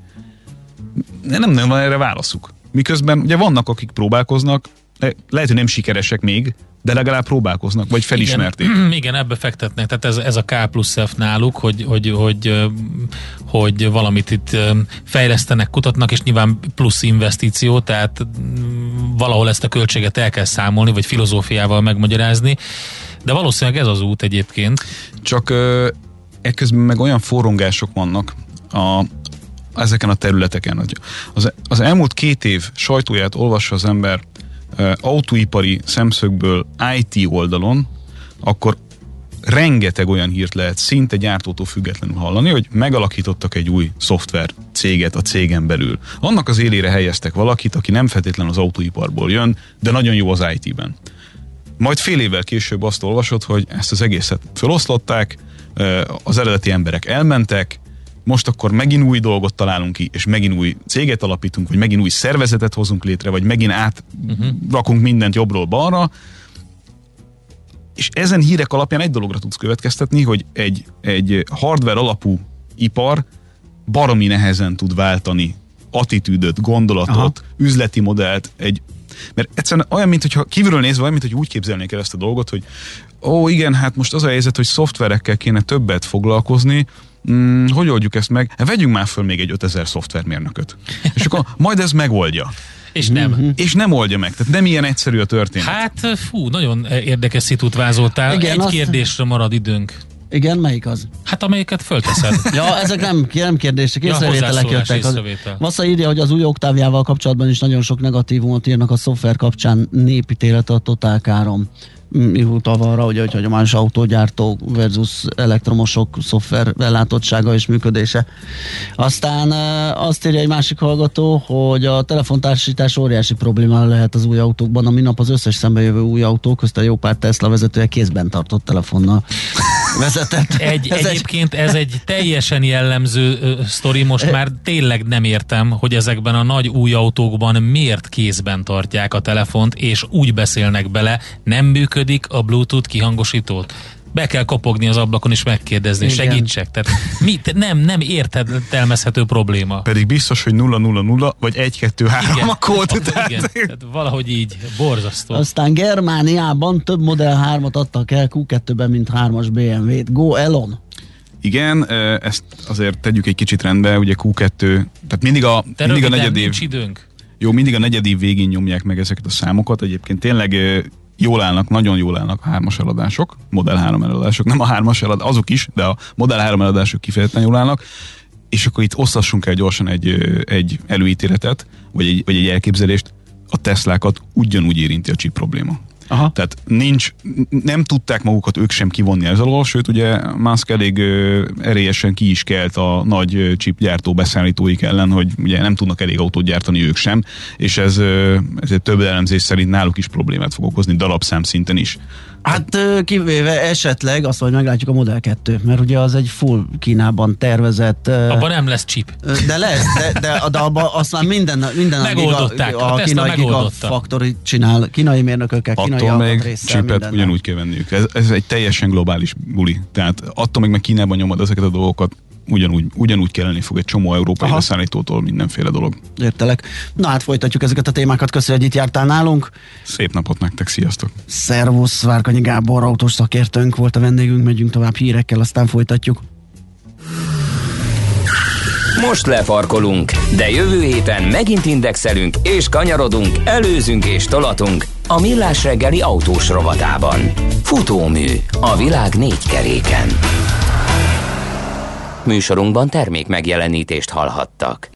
Nem, nem van erre válaszuk. Miközben ugye vannak, akik próbálkoznak, lehet, hogy nem sikeresek még, de legalább próbálkoznak, vagy felismerték. Igen, igen, ebbe fektetnek, tehát ez, ez a K plusz F náluk, hogy, hogy, hogy, hogy valamit itt fejlesztenek, kutatnak, és nyilván plusz investíció, tehát valahol ezt a költséget el kell számolni, vagy filozófiával megmagyarázni, de valószínűleg ez az út egyébként. Csak ekközben meg olyan forrongások vannak a ezeken a területeken. Az, az elmúlt két év sajtóját olvassa az ember uh, autóipari szemszögből í té oldalon, akkor rengeteg olyan hírt lehet szinte gyártótól függetlenül hallani, hogy megalakítottak egy új szoftver céget a cégen belül. Annak az élére helyeztek valakit, aki nem feltétlenül az autóiparból jön, de nagyon jó az í té-ben. Majd fél évvel később azt olvasod, hogy ezt az egészet feloszlották, az eredeti emberek elmentek, most akkor megint új dolgot találunk ki, és megint új céget alapítunk, vagy megint új szervezetet hozunk létre, vagy megint átrakunk uh-huh. mindent jobbról balra, és ezen hírek alapján egy dologra tudsz következtetni, hogy egy, egy hardware alapú ipar baromi nehezen tud váltani attitűdöt, gondolatot, Aha. üzleti modellt, egy, mert egyszerűen olyan, mintha kívülről nézve, olyan, mintha úgy képzelnék el ezt a dolgot, hogy ó, igen, hát most az a helyzet, hogy szoftverekkel kéne többet foglalkozni, Hmm, hogy oldjuk ezt meg? Hát vegyünk már föl még egy ötezer szoftvermérnököt. És akkor majd ez megoldja. És nem. Mm-hmm. És nem oldja meg. Tehát nem ilyen egyszerű a történet. Hát, fú, nagyon érdekes szitut vázoltál. Igen, egy azt... kérdésre marad időnk. Igen, melyik az? Hát amelyiket fölteszed. Ja, ezek nem, nem kérdések, észrevételek ja, jöttek. Vassza írja, hogy az új Octaviával kapcsolatban is nagyon sok negatívumot írnak a szoftver kapcsán, népítélet a totálkárom. Mi utalva arra, hogy a hagyományos autógyártó versus elektromosok szoftver ellátottsága és működése. Aztán azt írja egy másik hallgató, hogy a telefontársítás óriási probléma lehet az új autókban. A minap az összes szembejövő új autó, közt a jó pár Tesla vezetője kézben tartott telefonnal vezetett. Egy, ez egyébként egy... ez egy teljesen jellemző uh, sztori, most már tényleg nem értem, hogy ezekben a nagy új autókban miért kézben tartják a telefont, és úgy beszélnek bele, nem működik a Bluetooth kihangosítót. Be kell kopogni az ablakon és megkérdezni, igen. segítsek. Tehát mit, nem, nem értelmezhető probléma. Pedig biztos, hogy nulla nulla nulla vagy egy kettő három a kód. A, tehát... Igen, tehát valahogy így, borzasztó. Aztán Germániában több Model hármat adtak el kú kettőben, mint hármas bé em vét. Go Elon! Igen, ezt azért tegyük egy kicsit rendbe, ugye kú kettő, tehát mindig a, De mindig röviden, a negyed év... nincs időnk. Jó, mindig a negyedév végén nyomják meg ezeket a számokat, egyébként tényleg jól állnak, nagyon jól állnak a hármas eladások, Model három eladások, nem a hármas eladások, azok is, de a Model három eladások kifejezetten jól állnak, és akkor itt osztassunk el gyorsan egy, egy előítéletet, vagy egy, vagy egy elképzelést, a Teslákat ugyanúgy érinti a chip probléma. Aha. Tehát nincs, nem tudták magukat ők sem kivonni ez alól, sőt ugye Musk elég ö, erélyesen ki is kelt a nagy chipgyártó beszállítóik ellen, hogy ugye nem tudnak elég autót gyártani ők sem, és ez, ö, ez egy több elemzés szerint náluk is problémát fog okozni, darabszám szinten is. Hát kivéve esetleg azt, hogy meglátjuk a Model kettő, mert ugye az egy full Kínában tervezett... Abban nem lesz chip. De lesz, de, de, de abban azt már minden, minden megoldották, a, a, a kínai Gigafactory csinál, kínai mérnökökkel, kínai alkatrészsel, chipet ugyanúgy kell venniük. Ez, ez egy teljesen globális buli. Tehát attól meg meg Kínában nyomod ezeket a dolgokat, ugyanúgy, ugyanúgy kelleni fog egy csomó európai beszállítótól mindenféle dolog. Értelek. Na hát folytatjuk ezeket a témákat. Köszönjük, hogy itt jártál nálunk. Szép napot nektek, sziasztok! Szervusz, Várkonyi Gábor autós szakértőnk volt a vendégünk, megyünk tovább hírekkel, aztán folytatjuk. Most lefarkolunk, de jövő héten megint indexelünk és kanyarodunk, előzünk és tolatunk a Millás reggeli autós rovatában. Futómű a világ négy keréken. Műsorunkban termék megjelenítést hallhattak.